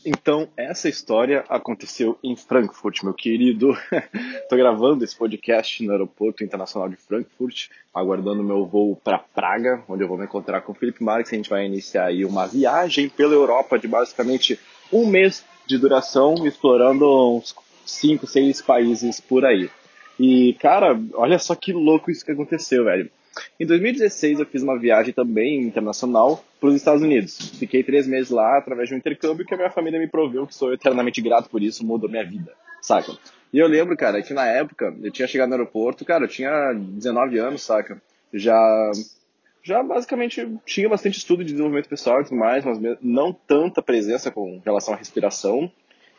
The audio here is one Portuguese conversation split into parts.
Então, essa história aconteceu em Frankfurt, meu querido. Tô gravando esse podcast no Aeroporto Internacional de Frankfurt, aguardando meu voo para Praga, onde eu vou me encontrar com o Felipe Marques. A gente vai iniciar aí uma viagem pela Europa de basicamente um mês de duração, explorando uns 5, 6 países por aí. E, cara, olha só que louco isso que aconteceu, velho. Em 2016 eu fiz uma viagem também internacional para os Estados Unidos. Fiquei 3 meses lá através de um intercâmbio que a minha família me proveu que sou eternamente grato por isso, mudou minha vida, saca? E eu lembro, cara, que na época eu tinha chegado no aeroporto, cara, eu tinha 19 anos, saca? Já, já basicamente tinha bastante estudo de desenvolvimento pessoal e tudo mais, mas não tanta presença com relação à respiração.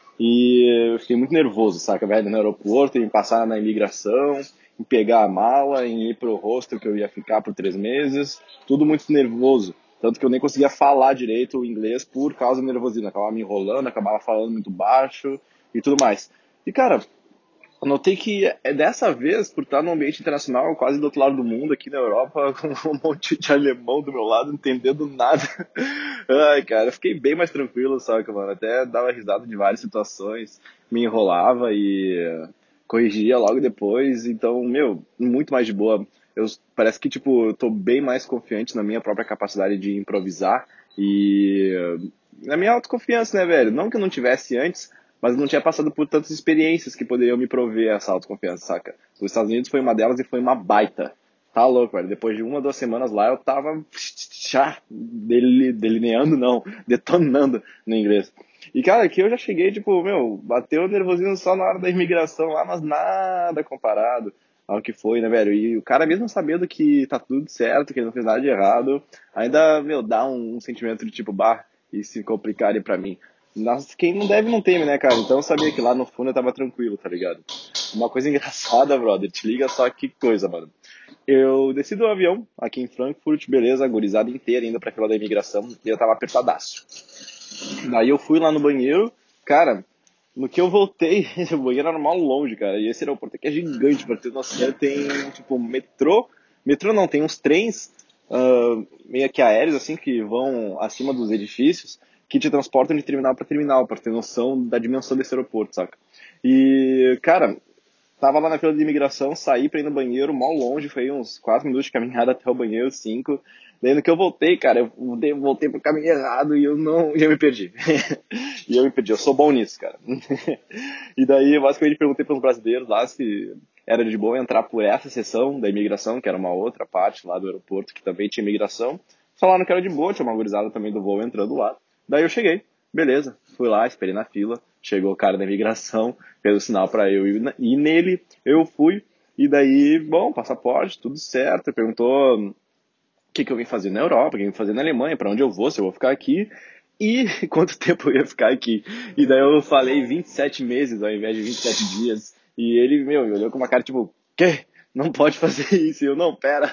E eu fiquei muito nervoso, saca, velho, no aeroporto, em passar na imigração, em pegar a mala, em ir pro hostel que eu ia ficar por 3 meses, tudo muito nervoso. Tanto que eu nem conseguia falar direito o inglês por causa do nervosismo. Acabava me enrolando, acabava falando muito baixo e tudo mais. E, cara, eu notei que dessa vez, por estar num ambiente internacional, quase do outro lado do mundo, aqui na Europa, com um monte de alemão do meu lado, não entendendo nada. Ai, cara, eu fiquei bem mais tranquilo, sabe, mano? Até dava risada de várias situações, me enrolava e corrigia logo depois. Então, meu, muito mais de boa. Parece que, tipo, eu tô bem mais confiante na minha própria capacidade de improvisar e na minha autoconfiança, né, velho? Não que eu não tivesse antes, mas eu não tinha passado por tantas experiências que poderiam me prover essa autoconfiança, saca? Os Estados Unidos foi uma delas e foi uma baita. Tá louco, velho. Depois de 1 ou 2 semanas lá, eu tava já delineando, não, detonando no inglês. E, cara, aqui eu já cheguei, tipo, meu, bateu o nervosismo só na hora da imigração lá, mas nada comparado ao que foi, né, velho? E o cara, mesmo sabendo que tá tudo certo, que ele não fez nada de errado, ainda, meu, dá um sentimento de tipo, bah, e se complicarem pra mim. Nossa, quem não deve não teme, né, cara? Então eu sabia que lá no fundo eu tava tranquilo, tá ligado? Uma coisa engraçada, brother, te liga só que coisa, mano. Eu desci do avião aqui em Frankfurt, beleza, a gurizada inteira indo pra fila da imigração e eu tava apertadaço. Daí eu fui lá no banheiro, cara, no que eu voltei, o banheiro era mal longe, cara, e esse aeroporto aqui é gigante, pra ter noção, tem, tipo, metrô não, tem uns trens meio que aéreos, assim, que vão acima dos edifícios, que te transportam de terminal pra terminal, pra ter noção da dimensão desse aeroporto, saca? E, cara, tava lá na fila de imigração, saí pra ir no banheiro, mal longe, foi uns 4 minutos de caminhada até o banheiro, 5. Daí no que eu voltei, cara, eu voltei pro caminho errado e eu não, e eu me perdi. E eu me perdi, eu sou bom nisso, cara. E daí eu basicamente perguntei pros brasileiros lá se era de boa entrar por essa seção da imigração, que era uma outra parte lá do aeroporto que também tinha imigração. Falaram que era de boa, tinha uma gurizada também do voo entrando lá. Daí eu cheguei, beleza, fui lá, esperei na fila, chegou o cara da imigração, fez o sinal para eu ir nele, eu fui, e daí, bom, passaporte, tudo certo, perguntou o que eu vim fazer na Europa, o que eu vim fazer na Alemanha, para onde eu vou, se eu vou ficar aqui, e quanto tempo eu ia ficar aqui. E daí eu falei 27 meses ao invés de 27 dias, e ele, meu, me olhou com uma cara tipo, quê? Não pode fazer isso, e eu, não, pera,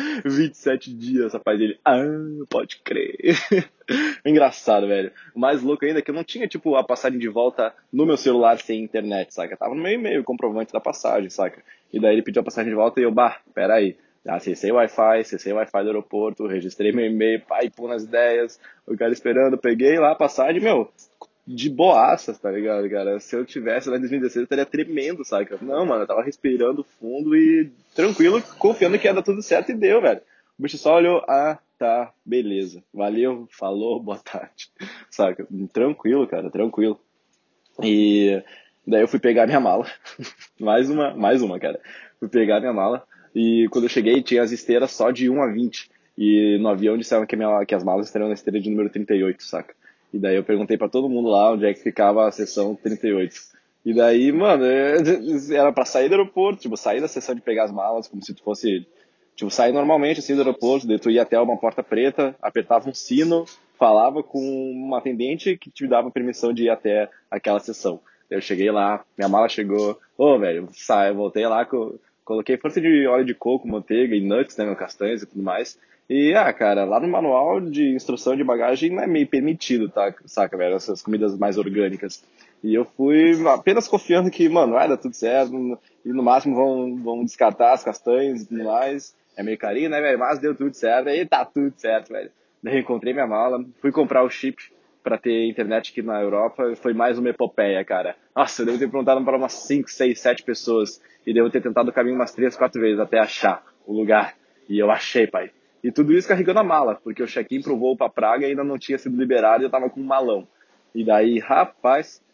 27 dias, rapaz, ele, pode crer. Engraçado, velho. O mais louco ainda é que eu não tinha, tipo, a passagem de volta no meu celular sem internet, saca? Tava no meu e-mail, o comprovante da passagem, saca? E daí ele pediu a passagem de volta e eu, peraí. Acessei o Wi-Fi do aeroporto, registrei meu e-mail, pai, pô nas ideias, o cara esperando, peguei lá a passagem, meu, de boaças, tá ligado, cara? Se eu tivesse lá em 2016, eu estaria tremendo, saca? Não, mano, eu tava respirando fundo e tranquilo, confiando que ia dar tudo certo e deu, velho. O bicho só olhou, tá, beleza. Valeu, falou, boa tarde. Saca? Tranquilo, cara, tranquilo. E daí eu fui pegar minha mala. Mais uma, cara. Fui pegar minha mala. E quando eu cheguei, tinha as esteiras só de 1 a 20. E no avião disseram que as malas estariam na esteira de número 38, saca? E daí eu perguntei pra todo mundo lá onde é que ficava a seção 38. E daí, mano, era pra sair do aeroporto, tipo, sair da seção de pegar as malas, como se tu fosse, tipo, sair normalmente assim do aeroporto, daí tu ia até uma porta preta, apertava um sino, falava com uma atendente que te dava permissão de ir até aquela seção. Eu cheguei lá, minha mala chegou, velho, voltei lá, coloquei força de óleo de coco, manteiga e nuts, né, meu, castanhas e tudo mais. E, cara, lá no manual de instrução de bagagem não é meio permitido, tá, saca, velho, essas comidas mais orgânicas. E eu fui apenas confiando que, mano, vai dar tudo certo, e no máximo vão descartar as castanhas e tudo mais. É meio carinho, né, velho, mas deu tudo certo, aí tá tudo certo, velho. Daí encontrei minha mala, fui comprar o chip, pra ter internet aqui na Europa foi mais uma epopeia, cara. Nossa, eu devo ter perguntado para umas 5, 6, 7 pessoas e devo ter tentado o caminho umas 3, 4 vezes até achar o lugar. E eu achei, pai. E tudo isso carregando a mala, porque o check-in pro voo pra Praga ainda não tinha sido liberado e eu tava com um malão. E daí, rapaz,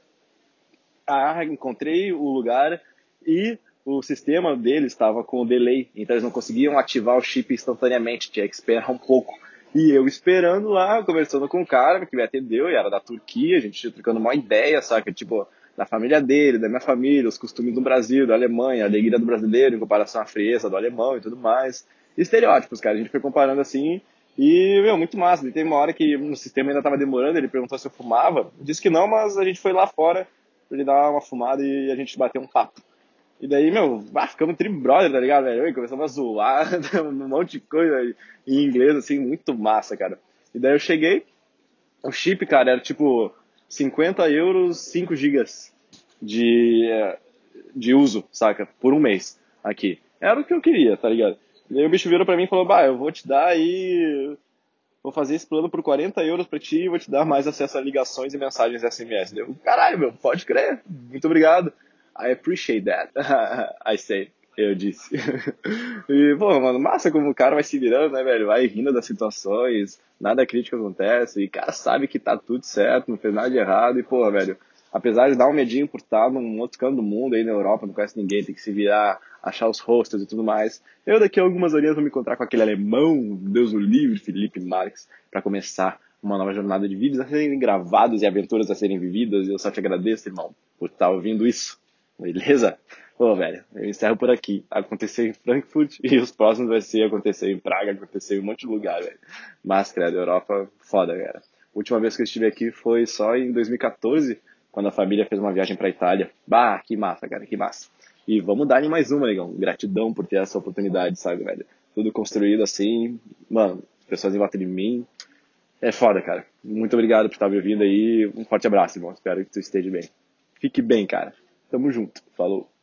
encontrei o lugar e o sistema deles estava com delay, então eles não conseguiam ativar o chip instantaneamente, tinha que esperar um pouco. E eu esperando lá, conversando com o cara que me atendeu, e era da Turquia, a gente trocando uma ideia, saca? Tipo, da família dele, da minha família, os costumes do Brasil, da Alemanha, a alegria do brasileiro em comparação à frieza do alemão e tudo mais. E estereótipos, cara, a gente foi comparando assim, e, meu, muito massa. E tem uma hora que o sistema ainda estava demorando, ele perguntou se eu fumava, eu disse que não, mas a gente foi lá fora pra ele dar uma fumada e a gente bater um papo. E daí, meu, ficamos tri brother, tá ligado, velho? E começamos a zoar, um monte de coisa em inglês, assim, muito massa, cara. E daí eu cheguei, o chip, cara, era tipo 50 euros, 5 gigas de, de uso, saca? Por um mês aqui. Era o que eu queria, tá ligado? E daí o bicho virou pra mim e falou, eu vou te dar aí, vou fazer esse plano por 40 euros pra ti e vou te dar mais acesso a ligações e mensagens SMS. Deu, caralho, meu, pode crer. Muito obrigado. I appreciate that. I say. Eu disse. E, pô, mano, massa como o cara vai se virando, né, velho? Vai rindo das situações, nada crítico acontece, e o cara sabe que tá tudo certo, não fez nada de errado, e, pô, velho, apesar de dar um medinho por estar num outro canto do mundo aí na Europa, não conhece ninguém, tem que se virar, achar os hostels e tudo mais. Eu daqui a algumas horinhas vou me encontrar com aquele alemão, Deus o livre, Felipe Marques, para começar uma nova jornada de vídeos a serem gravados e aventuras a serem vividas. E eu só te agradeço, irmão, por estar ouvindo isso. Beleza? Pô, velho, eu encerro por aqui. Aconteceu em Frankfurt e os próximos vai ser acontecer em Praga, acontecer em um monte de lugar, velho. Mas, credo, Europa, foda, cara. A última vez que eu estive aqui foi só em 2014, quando a família fez uma viagem pra Itália. Bah, que massa, cara, que massa. E vamos dar em mais uma, negão. Gratidão por ter essa oportunidade, sabe, velho? Tudo construído assim, mano, pessoas em volta de mim. É foda, cara. Muito obrigado por estar me ouvindo aí. Um forte abraço, irmão. Espero que tu esteja bem. Fique bem, cara. Tamo junto. Falou.